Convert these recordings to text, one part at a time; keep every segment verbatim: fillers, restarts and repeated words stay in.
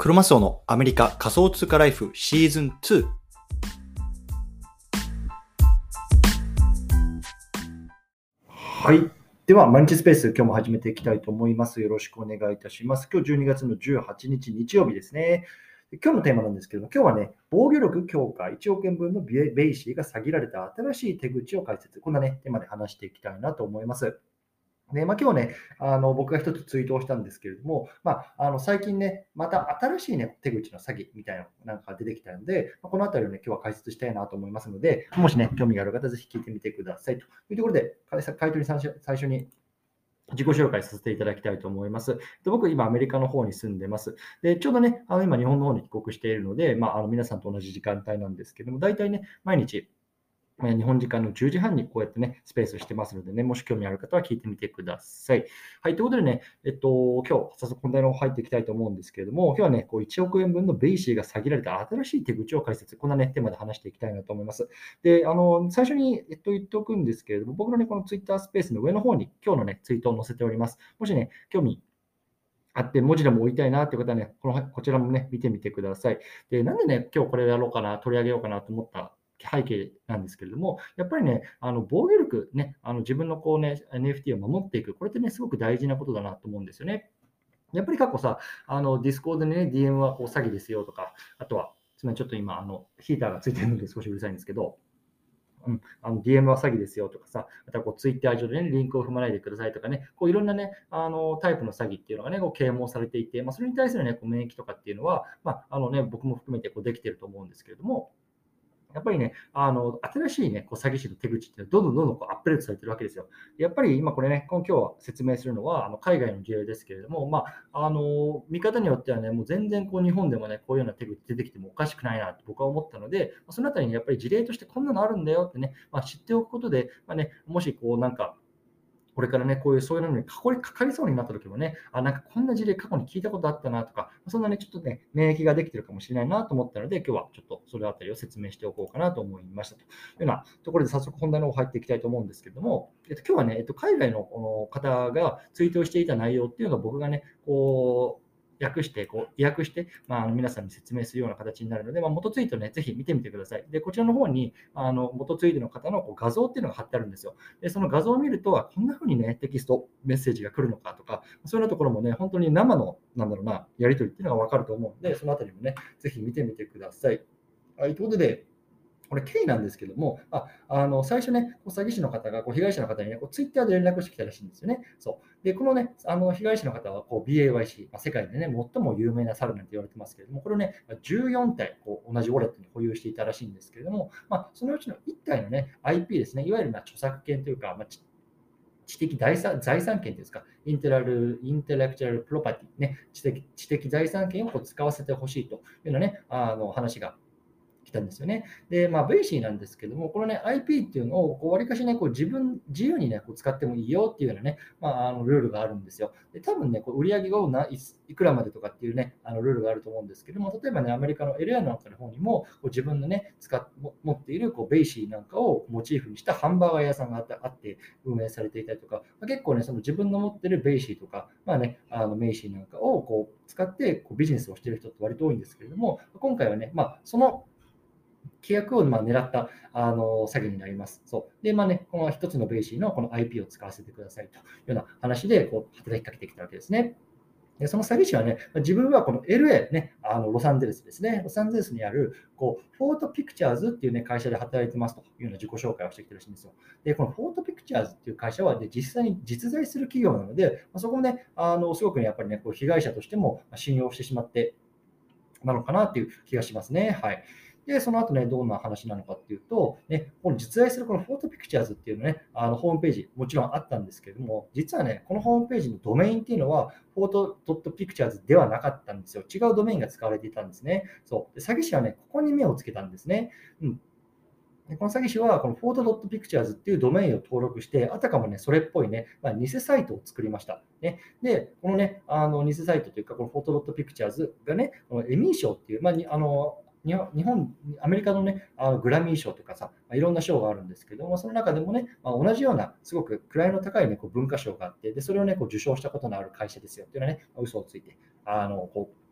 クロマスオのアメリカ仮想通貨ライフシーズンツー。はい。では、毎日スペース、今日も始めていきたいと思います。よろしくお願いいたします。今日じゅうにがつのじゅうはちにち日曜日ですね。今日のテーマなんですけども、今日はね、防御力強化いちおくえんぶんのベイシーが詐欺られた新しい手口を解説。こんなね、テーマで話していきたいなと思います。で、まあ、今日ね、あの僕が一つツイートをしたんですけれども、まあ、あの最近ね、また新しい、ね、手口の詐欺みたいなのなんか出てきたので、まあ、このあたりを、ね、今日は解説したいなと思いますので、もしね、興味がある方はぜひ聞いてみてくださいというところで、回答に最初に自己紹介させていただきたいと思います。僕、今、アメリカの方に住んでます。で、ちょうどね、あの今、日本の方に帰国しているので、まあ、あの皆さんと同じ時間帯なんですけども、大体ね、毎日、日本時間のじゅうじはんにこうやってね、スペースしてますのでね、もし興味ある方は聞いてみてください。はい、ということでね、えっと、今日、早速本題の方入っていきたいと思うんですけれども、今日はね、こういちおくえんぶんのベイシーが詐欺られた新しい手口を解説、こんなね、テーマで話していきたいなと思います。で、あの、最初に、えっと、言っておくんですけれども、僕のね、このツイッタースペースの上の方に今日のね、ツイートを載せております。もしね、興味あって、文字でも置いたいなという方はね、このこちらもね、見てみてください。で、なんでね、今日これやろうかな、取り上げようかなと思った背景なんですけれども、やっぱりね、あの防御力、ね、あの自分のこう、ね、エヌエフティー を守っていく、これってね、すごく大事なことだなと思うんですよね。やっぱり過去さ、あのディスコードでね、ディーエム はこう詐欺ですよとか、あとは、すみません、ちょっと今、あのヒーターがついてるので少しうるさいんですけど、うん、あの ディーエム は詐欺ですよとかさ、あとはこうツイッター上で、ね、リンクを踏まないでくださいとかね、こういろんな、ね、あのタイプの詐欺っていうのが、ね、こう啓蒙されていて、まあ、それに対する、ね、こう免疫とかっていうのは、まああのね、僕も含めてこうできていると思うんですけれども、やっぱりね、あの新しい、ね、こう詐欺師の手口ってどんどんどんどんこうアップデートされてるわけですよ。やっぱり今これね、今日は説明するのはあの海外の事例ですけれども、まあ、あの見方によってはね、もう全然こう日本でもね、こういうような手口出てきてもおかしくないなと僕は思ったので、そのあたりにやっぱり事例としてこんなのあるんだよってね、まあ、知っておくことで、まあね、もしこうなんか、これからね、こういうそういうのにかかりそうになった時もね、あ、なんかこんな事例過去に聞いたことあったなとか、そんなね、ちょっとね、免疫ができてるかもしれないなと思ったので、今日はちょっとそれあたりを説明しておこうかなと思いましたというようなところで、早速本題の方入っていきたいと思うんですけれども、えっと、今日はね、えっと、海外のこの方がツイートをしていた内容っていうのを僕がね、こう、訳して、こう、意訳して、まあ、あの皆さんに説明するような形になるので、まあ、元ツイートね、ぜひ見てみてください。で、こちらの方に、あの元ツイートの方のこう画像っていうのが貼ってあるんですよ。で、その画像を見ると、こんな風にね、テキスト、メッセージが来るのかとか、そういうようなところもね、本当に生の、なんだろうな、やり取りっていうのがわかると思うので、そのあたりもね、ぜひ見てみてください。はい、ということで、これ、経緯なんですけども、ああの最初ね、こう詐欺師の方がこう被害者の方にね、こうツイッターで連絡してきたらしいんですよね。そうで、このね、あの被害者の方はこう ビーエーワイシー、まあ、世界でね、最も有名な猿なんて言われてますけれども、これをね、じゅうよんたいこう同じウォレットに保有していたらしいんですけれども、まあ、そのうちのいったいのね、アイピー ですね、いわゆるまあ著作権というか、まあ、知的財産財産権ですか、インテラルインテレクチャルプロパティ、ね、知的知的財産権をこう使わせてほしいというような、ね、あの話が来たんですよね。で、まあ、ベイシーなんですけども、このね、アイピー っていうのを、こう、わりかしね、こう、自分、自由にね、こう使ってもいいよっていうようなね、まあ、あの、ルールがあるんですよ。で、多分ね、こう、売上がないいくらまでとかっていうね、あの、ルールがあると思うんですけども、例えばね、アメリカの エルエー なんかの方にも、こう自分のね、使っ、も持っている、こう、ベイシーなんかをモチーフにしたハンバーガー屋さんがあってあって運営されていたりとか、まあ結構ね、その自分の持ってるベイシーとか、まあね、あの、メイシーなんかをこう、使ってこうビジネスをしている人って割と多いんですけれども、今回はね、まあ、その契約をまあ狙ったあの詐欺になります。そうで、まあね、この一つのベーシーのこの アイピー を使わせてくださいというような話でこう働きかけてきたわけですね。でその詐欺師はね、自分はこの エルエー、ね、あのロサンゼルスですね、ロサンゼルスにあるこうフォートピクチャーズっていう、ね、会社で働いてますというような自己紹介をしてきてるらしいんですよ。で、このフォートピクチャーズっていう会社は、ね、実際に実在する企業なので、そこもね、あのすごく、ね、やっぱりね、こう被害者としても信用してしまってなのかなっていう気がしますね。はい。で、その後ね、どんな話なのかっていうと、ね、この実在するこのフォートピクチャーズっていうのね、あのホームページ、もちろんあったんですけれども、実はね、このホームページのドメインっていうのは、フォートドットピクチャーズではなかったんですよ。違うドメインが使われていたんですね。そう。で詐欺師はね、ここに目をつけたんですね。うん。でこの詐欺師は、この フォートドットピクチャーズ っていうドメインを登録して、あたかもね、それっぽいね、まあ、偽サイトを作りました。ね、で、このね、あの偽サイトというか、この フォートドットピクチャーズ がね、このエミー賞っていう、まあ、にあの日本、アメリカのね、あのグラミー賞とかさ、まあ、いろんな賞があるんですけども、その中でもね、まあ、同じような、すごく位の高い、ね、こう文化賞があって、でそれをね、こう受賞したことのある会社ですよっていうのはね、嘘をついて、あのこう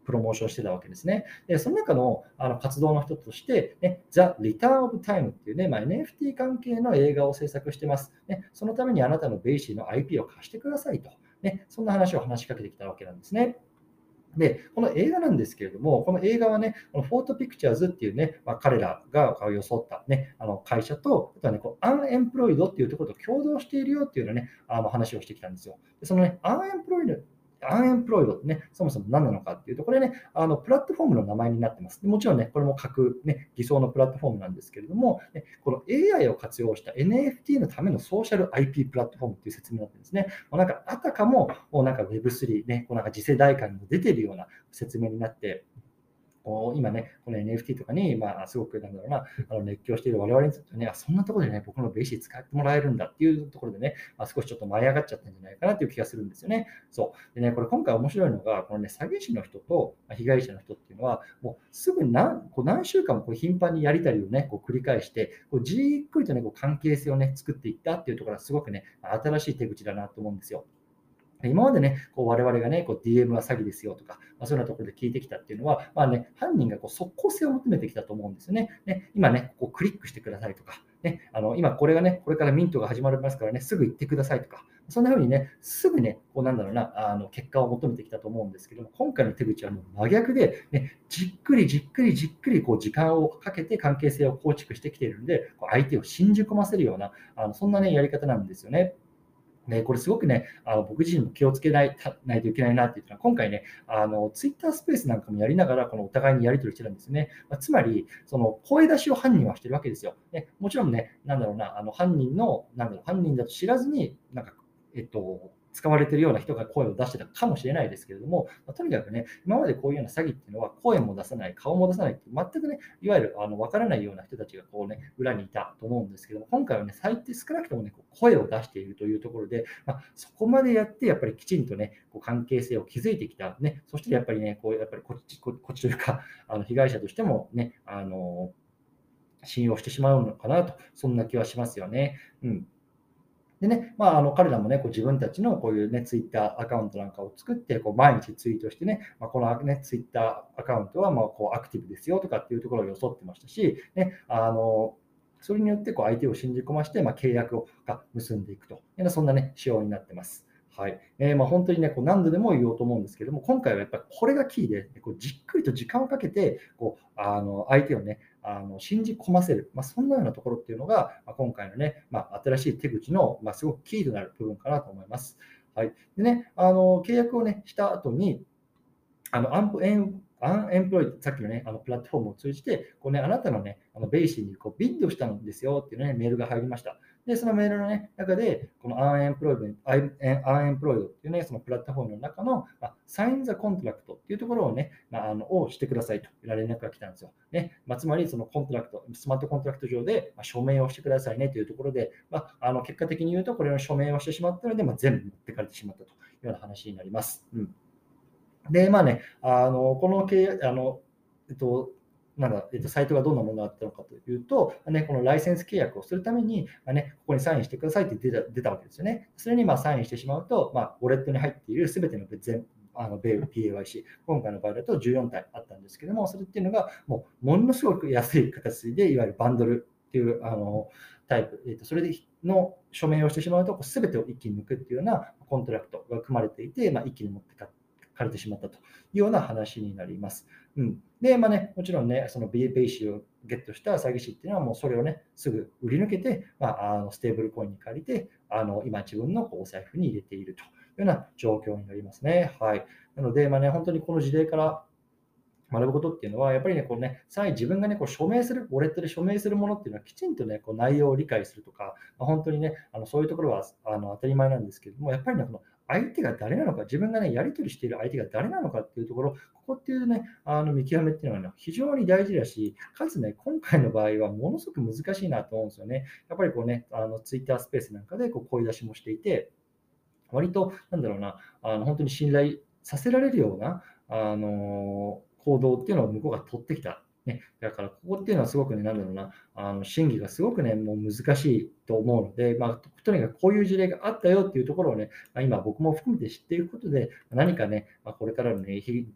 プロモーションしてたわけですね。で、その中のあの活動の一つとして、ね、The Return of Time っていうね、まあ、エヌエフティー 関係の映画を制作してます。ね、そのためにあなたのベイシーの アイピー を貸してくださいと、ね、そんな話を話しかけてきたわけなんですね。で、この映画なんですけれども、この映画はね、このフォートピクチャーズっていうね、まあ、彼らが装った、ね、あの会社と、あとはね、こうアンエンプロイドっていうところと共同しているよっていうようなね、あの話をしてきたんですよ。でそのね、アンエンプロイドアンエンプロイドってね、そもそも何なのかっていうと、これね、あのプラットフォームの名前になってます。もちろんね、これも架空、ね、偽装のプラットフォームなんですけれども、ね、この エーアイ を活用した エヌエフティー のためのソーシャル アイピー プラットフォームっていう説明になってるんですね。もうなんかあたかも、もうなんか ウェブスリー、ね、こうなんか次世代感が出ているような説明になって、こう今ね、この エヌエフティー とかに、まあ、すごくなんだろうな、あの熱狂している我々にとってね、あそんなところでね、僕のベーシー使ってもらえるんだっていうところでね、まあ、少しちょっと舞い上がっちゃったんじゃないかなっていう気がするんですよね。そう。でね、これ今回面白いのが、このね、詐欺師の人とまあ被害者の人っていうのは、もうすぐに何こう何週間もこう頻繁にやり取りをね、こう繰り返して、こうじっくりとね、こう関係性をね、作っていったっていうところはすごくね、新しい手口だなと思うんですよ。今までね、こう我々がね、こう ディーエム は詐欺ですよとか、まあ、そういうようなところで聞いてきたっていうのは、まあね、犯人がこう即効性を求めてきたと思うんですよね。ね今ね、こうクリックしてくださいとか、ね、あの今これがね、これからミントが始まりますからね、すぐ行ってくださいとか、そんな風にね、すぐね、こうなんだろうな、あの結果を求めてきたと思うんですけども、今回の手口はもう真逆で、ね、じっくりじっくりじっくりこう時間をかけて関係性を構築してきているので、こう相手を信じ込ませるような、あのそんなね、やり方なんですよね。ね、これすごくね、あの僕自身も気をつけないたないといけないなっていうのは、今回ね、あのツイッタースペースなんかもやりながら、このお互いにやり取りしてるんですね。まあ、つまり、その声出しを犯人はしてるわけですよ。ね、もちろんね、なんだろうな、あの犯人の、なんだろう、犯人だと知らずに、なんか、えっと、使われているような人が声を出してたかもしれないですけれども、まあ、とにかくね、今までこういうような詐欺っていうのは、声も出さない、顔も出さないっていう、全くね、いわゆるあの分からないような人たちがこう、ね、裏にいたと思うんですけども、今回はね、最低少なくとも、ね、こう声を出しているというところで、まあ、そこまでやって、やっぱりきちんとね、こう関係性を築いてきた、ね、そしてやっぱりね、こうやっぱりこっちここっちというか、あの被害者としてもね、あの信用してしまうのかなと、そんな気はしますよね。うんでね、まあ、あの彼らもね、こう自分たちのこういうね、ツイッターアカウントなんかを作って、こう毎日ツイートしてね、まあ、このね、ツイッターアカウントはまあこうアクティブですよとかっていうところを装ってましたし、ね、あのそれによってこう相手を信じ込まして、まあ、契約をが結んでいくというような、そんなね、仕様になってます。はい。えーまあ、本当にね、こう何度でも言おうと思うんですけども、今回はやっぱりこれがキーで、こうじっくりと時間をかけて、こうあの相手をね、あの信じ込ませる、まあ、そんなようなところっていうのが、まあ、今回のね、まあ、新しい手口の、まあ、すごくキーとなる部分かなと思います。はい。でね、あの契約をね、した後に、あのアンプエンアンエンプロイド、さっきのね、あのプラットフォームを通じて、こうね、あなたのね、あのベイシーにこうビッドしたんですよっていうね、メールが入りました。で、そのメールの、ね、中で、このアンエンプロイド、アンエンプロイドっていうね、そのプラットフォームの中の、まあ、サイン・ザ・コントラクトっていうところをね、まあ、あのをしてくださいという連絡が来たんですよ。ねまあ、つまり、そのコントラクト、スマートコントラクト上で、まあ、署名をしてくださいねというところで、まあ、あの結果的に言うと、これの署名をしてしまったので、まあ、全部持ってかれてしまったというような話になります。うんで、まあね、あのこの契約、あの、えっと、なんだ、えっと、サイトがどんなものだったのかというと、ね、このライセンス契約をするために、まあね、ここにサインしてくださいって出た出たわけですよね。それにまあサインしてしまうと、まあ、ウォレットに入っているすべての全あの ピーエーワイシー、今回の場合だとじゅうよん体あったんですけども、それっていうのが、もうものすごく安い形で、いわゆるバンドルっていうあのタイプ、えっと、それでの署名をしてしまうと、すべてを一気に抜くっていうようなコントラクトが組まれていて、まあ、一気に持ってかかれてしまったというような話になります。うん、で、まあね、もちろんね、その ベイシーをゲットした詐欺師っていうのは、もうそれをね、すぐ売り抜けて、まあ、あのステーブルコインに借りて、あの今自分のこうお財布に入れているというような状況になりますね。はい。なので、まあね、本当にこの事例から学ぶことっていうのは、やっぱりね、こうね、さらに自分がね、こう署名する、ウォレットで署名するものっていうのは、きちんとね、こう内容を理解するとか、まあ、本当にね、あのそういうところはあの当たり前なんですけれども、やっぱりね、この相手が誰なのか、自分がね、やり取りしている相手が誰なのかっていうところ、ここっていうね、あの見極めっていうのは、ね、非常に大事だし、かつね、今回の場合はものすごく難しいなと思うんですよね。やっぱりこうね、あのツイッタースペースなんかでこう声出しもしていて、割と、なんだろうな、あの本当に信頼させられるような、あの行動っていうのを向こうが取ってきた。ね、だから、ここっていうのはすごくね、なんだろうな、あの審議がすごくね、もう難しいと思うので、まあ、ととにかくこういう事例があったよっていうところをね、まあ、今僕も含めて知っていくことで、何かね、まあ、これからのね、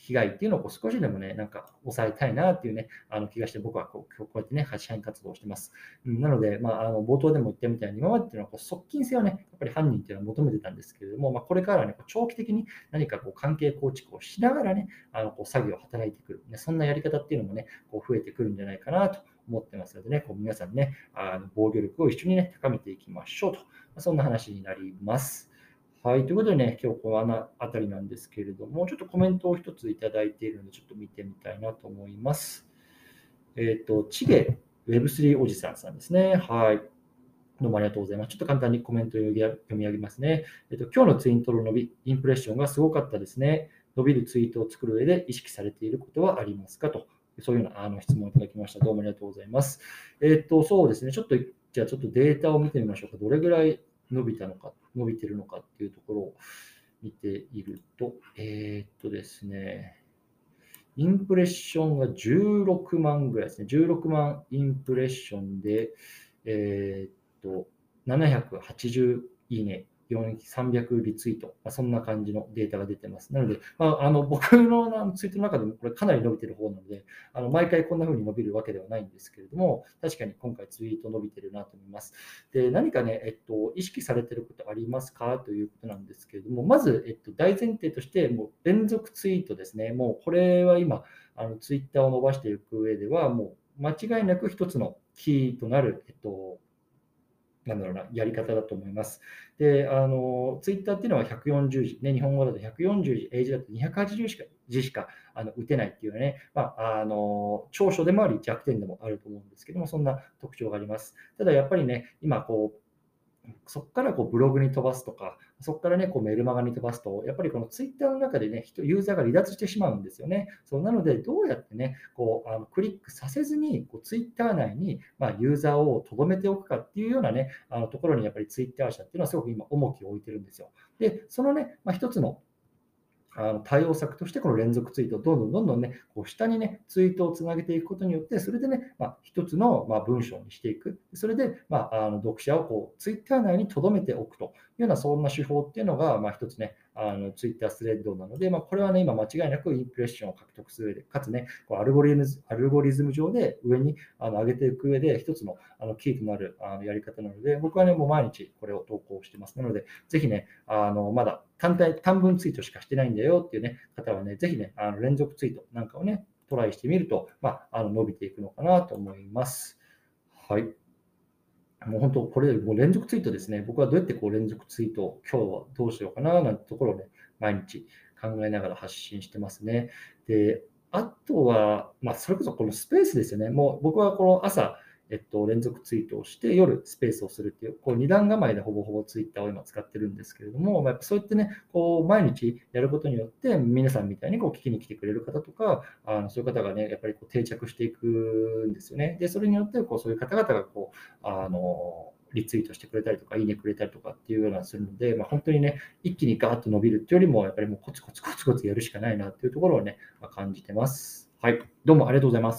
被害っていうのをこう少しでもね、なんか抑えたいなっていうね、あの気がして僕はこうこうやってね、社員活動をしてます。うん、なので、まあ、あの冒頭でも言ったみたいに、今までっていうのはこう側近性をね、やっぱり犯人っていうのは求めてたんですけれども、まあ、これからはね、こう長期的に何かこう関係構築をしながらね、あのこう作業を働いてくる、ね、そんなやり方っていうのもね、こう増えてくるんじゃないかなと思ってますのでね、こう皆さんね、あの防御力を一緒にね、高めていきましょうと、まあ、そんな話になります。はい、ということでね、今日このあたりなんですけれども、ちょっとコメントを一ついただいているので、ちょっと見てみたいなと思います。えっ、と、チゲ ウェブスリー おじさんさんですね。はい。どうもありがとうございます。ちょっと簡単にコメントを読み上げますね。えっと、今日のツイートの伸び、インプレッションがすごかったですね。伸びるツイートを作る上で意識されていることはありますかと、そういうようなあの質問をいただきました。どうもありがとうございます。えっと、そうですね。ちょっと、じゃあちょっとデータを見てみましょうか。どれぐらい伸びたのか、伸びてるのかっていうところを見ていると、えっとですね、インプレッションがじゅうろくまんぐらいですね。じゅうろくまんインプレッションで、えーっと、ななひゃくはちじゅういいね、さんびゃくリツイート、まあ、そんな感じのデータが出てます。なので、まあ、あの僕のツイートの中でもこれかなり伸びてる方なので、あの毎回こんな風に伸びるわけではないんですけれども、確かに今回ツイート伸びてるなと思います。で、何かね、えっと、意識されてることありますかということなんですけれども、まず、えっと、大前提として、もう連続ツイートですね。もうこれは今、あのツイッターを伸ばしていく上では、もう間違いなく一つのキーとなる、えっと、なんだろうな、やり方だと思います。で、あの、ツイッターっていうのはひゃくよんじゅうじ、ね、日本語だとひゃくよんじゅうじ、英字だとにひゃくはちじゅうしか字しかあの打てないっていうね、まあ、あの、長所でもあり弱点でもあると思うんですけども、そんな特徴があります。ただやっぱりね、今こう、そこからこうブログに飛ばすとか、そこからね、こうメルマガに飛ばすと、やっぱりこのツイッターの中でね、人ユーザーが離脱してしまうんですよね。そうなので、どうやってね、こうあのクリックさせずに、こうツイッター内に、まあ、ユーザーを留めておくかっていうようなね、あのところにやっぱりツイッター社っていうのはすごく今重きを置いてるんですよ。で、そのね、まあ、一つのあの対応策として、この連続ツイートをどんどんどんどんね、こう下にね、ツイートをつなげていくことによって、それでね、まあ、一つの、まあ、文章にしていく。それで、まあ、あの読者をこうツイッター内に留めておくというような、そんな手法っていうのが、まあ、一つね、あのツイッタースレッドなので、まあ、これはね、今間違いなくインプレッションを獲得する上で、かつね、こうアルゴリズムアルゴリズム上で上にあの上げていく上で、一つのあのキーとなるあのやり方なので、僕はね、もう毎日これを投稿してます。なので、ぜひね、あのまだ単体、単文ツイートしかしてないんだよっていうね、方はね、ぜひね、あの連続ツイートなんかをね、トライしてみると、まあ、あの伸びていくのかなと思います。はい。もう本当、これ、もう連続ツイートですね。僕はどうやってこう連続ツイートを今日はどうしようかななんてところをね、毎日考えながら発信してますね。で、あとは、まあ、それこそこのスペースですよね。もう僕はこの朝、えっと、連続ツイートをして、夜スペースをするっていう、こう二段構えでほぼほぼツイッターを今使ってるんですけれども、まあ、やっぱそうやってね、こう毎日やることによって、皆さんみたいにこう聞きに来てくれる方とか、あのそういう方がね、やっぱりこう定着していくんですよね。で、それによってこうそういう方々がこう、あのリツイートしてくれたりとか、いいねくれたりとかっていうようなするので、まあ、本当にね、一気にガーッと伸びるっていうよりも、やっぱりもうコツコツコツコツやるしかないなっていうところをね、まあ、感じてます。はい。どうもありがとうございます。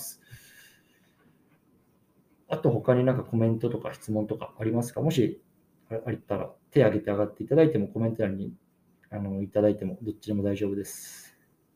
あと他になんかコメントとか質問とかありますか？もしあったら手を挙げて上がっていただいても、コメント欄にあのいただいてもどっちでも大丈夫です。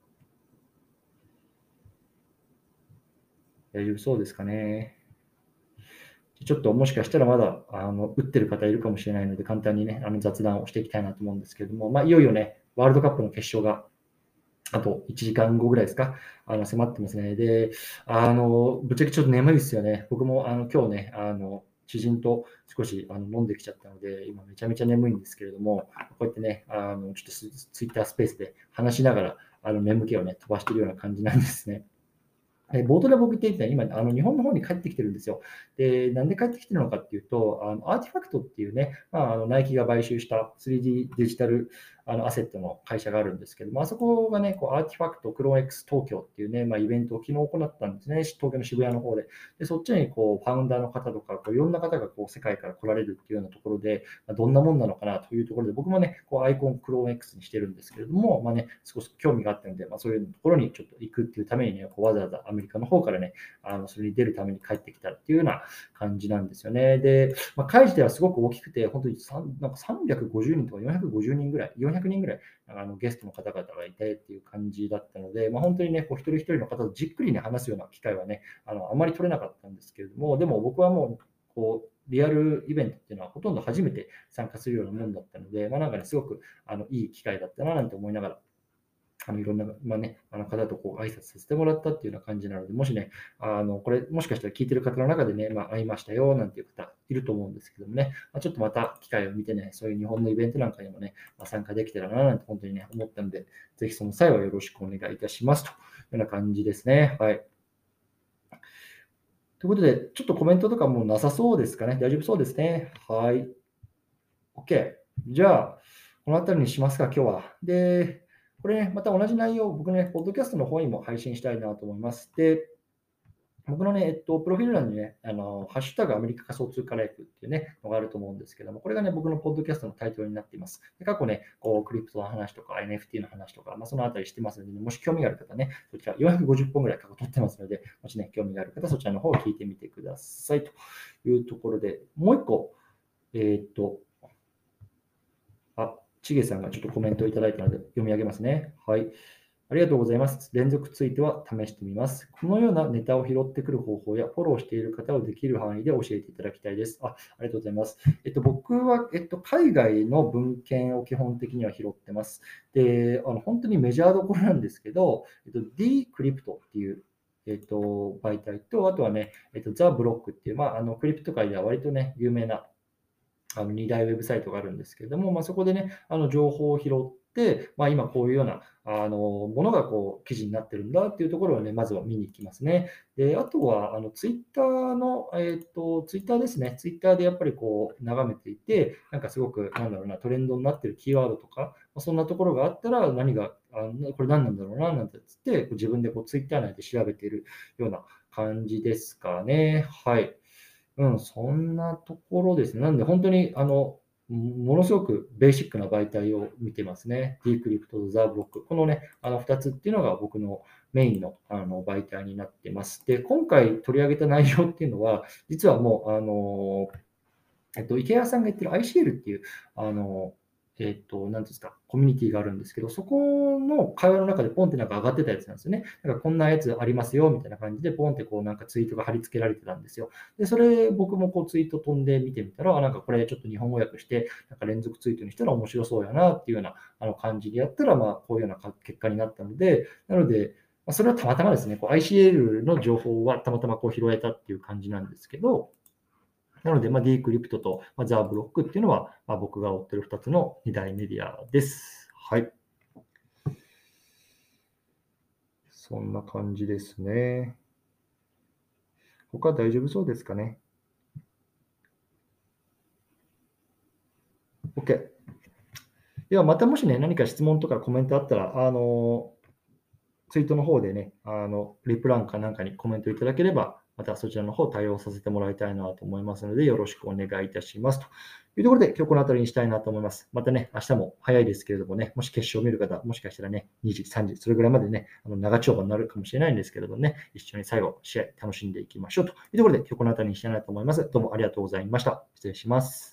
大丈夫そうですかね。ちょっともしかしたらまだあの打ってる方いるかもしれないので、簡単にね、あの雑談をしていきたいなと思うんですけれども、まあ、いよいよね、ワールドカップの決勝があといちじかんごぐらいですか、あの迫ってますね。で、あのぶっちゃけちょっと眠いですよね。僕もあの今日ね、あの知人と少しあの飲んできちゃったので、今めちゃめちゃ眠いんですけれども、こうやってね、あのちょっとツイッタースペースで話しながら、あの眠気をね、飛ばしているような感じなんですね。え冒頭で僕言っていた今、あの日本の方に帰ってきてるんですよ。で、なんで帰ってきてるのかっていうと、あのアーティファクトっていうね、まあ、あのナイキが買収した スリーディー デジタルあのアセットの会社があるんですけども、あそこがね、こうアーティファクトクローン X 東京っていうね、まあ、イベントを昨日行ったんですね、東京の渋谷の方で。で、そっちにこうファウンダーの方とか、こういろんな方がこう世界から来られるっていうようなところで、まあ、どんなもんなのかなというところで、僕もね、こうアイコンクローン X にしてるんですけれども、まあね、少し興味があったので、まあ、そういうところにちょっと行くっていうためにね、こうわざわざアメリカメリカの方からね、あのそれに出るために帰ってきたっていうような感じなんですよね。で、まあ、会自体はすごく大きくて、本当にさんなんかさんびゃくごじゅうにんとかよんひゃくごじゅうにんぐらい、よんひゃくにんぐらいあのゲストの方々がいてっていう感じだったので、まあ、本当にね、こう一人一人の方とじっくりね、話すような機会はね、あのあまり取れなかったんですけれども、でも僕はもう、こう、リアルイベントっていうのはほとんど初めて参加するようなもんだったので、まあ、なんかね、すごくあのいい機会だったななんて思いながら、あのいろんな、まあね、あの方とこう挨拶させてもらったっていうような感じなので、もしね、あのこれ、もしかしたら聞いてる方の中でね、まあ、会いましたよなんていう方いると思うんですけどもね、まあ、ちょっとまた機会を見てね、そういう日本のイベントなんかにもね、まあ、参加できたらななんて本当にね、思ったので、ぜひその際はよろしくお願いいたしますというような感じですね。はい。ということで、ちょっとコメントとかもうなさそうですかね。大丈夫そうですね。はい。OK。じゃあ、この辺りにしますか、今日は。で、これね、また同じ内容、僕ね、ポッドキャストの方にも配信したいなと思います。で、僕のね、えっと、プロフィール欄にね、あの、ハッシュタグアメリカ仮想通貨ライフっていうね、のがあると思うんですけども、これがね、僕のポッドキャストのタイトルになっています。で過去ね、こう、クリプトの話とか エヌエフティー の話とか、まあ、そのあたりしてますので、ね、もし興味がある方ね、そちらよんひゃくごじゅっぽんぐらい過去取ってますので、もしね、興味がある方、そちらの方を聞いてみてくださいというところで、もう一個、えーっと、あ、ちげさんがちょっとコメントをいただいたので読み上げますね。はい。ありがとうございます。連続ツイートは試してみます。このようなネタを拾ってくる方法やフォローしている方をできる範囲で教えていただきたいです。あ、ありがとうございます。えっと、僕は、えっと、海外の文献を基本的には拾ってます。で、あの本当にメジャーどころなんですけど、えっと、Decrypt っていうえっと、媒体と、あとはね、えっと、ザ・ブロックっていう、まあ、あのクリプト界では割とね、有名なあのに大ウェブサイトがあるんですけれども、まあ、そこでね、あの情報を拾って、まあ、今こういうようなあのものがこう記事になってるんだっていうところをね、まずは見に行きますね。で、あとはあのツイッターの、えっと、ツイッターですね。ツイッターでやっぱりこう眺めていて、なんかすごく、なんだろうな、トレンドになってるキーワードとか、まあそんなところがあったら、何が、あこれ何なんだろうな、なんてつって、自分でこうツイッター内で調べているような感じですかね。はい。うん、そんなところですね。なんで本当に、あの、ものすごくベーシックな媒体を見てますね。Decrypt と ザ・ブロック。このね、あのふたつっていうのが僕のメインのあの媒体になってます。で、今回取り上げた内容っていうのは、実はもう、あの、えっと、池谷さんが言ってる アイシーエル っていう、あの、えっと、なんていうんですか、コミュニティがあるんですけど、そこの会話の中でポンってなんか上がってたやつなんですよね。なんかこんなやつありますよ、みたいな感じで、ポンってこうなんかツイートが貼り付けられてたんですよ。で、それ僕もこうツイート飛んで見てみたら、あなんかこれちょっと日本語訳して、なんか連続ツイートにしたら面白そうやなっていうようなあの感じでやったら、まあこういうような結果になったので、なので、まあそれはたまたまですね、こう アイシーエル の情報はたまたまこう拾えたっていう感じなんですけど、なので、まあ、Decrypt と、まあ、ザ・ブロックっていうのは、まあ、僕が追ってるふたつのに大メディアです。はい。そんな感じですね。他大丈夫そうですかね。OK。では、またもしね、何か質問とかコメントあったら、あの、ツイートの方でね、あの、リプランかなんかにコメントいただければ、またそちらの方対応させてもらいたいなと思いますので、よろしくお願いいたします。というところで、今日この辺りにしたいなと思います。またね、明日も早いですけれどもね、もし決勝を見る方、もしかしたらね、にじ、さんじ、それぐらいまでね、あの長丁場になるかもしれないんですけれどもね、一緒に最後、試合楽しんでいきましょうというところで、今日この辺りにしたいなと思います。どうもありがとうございました。失礼します。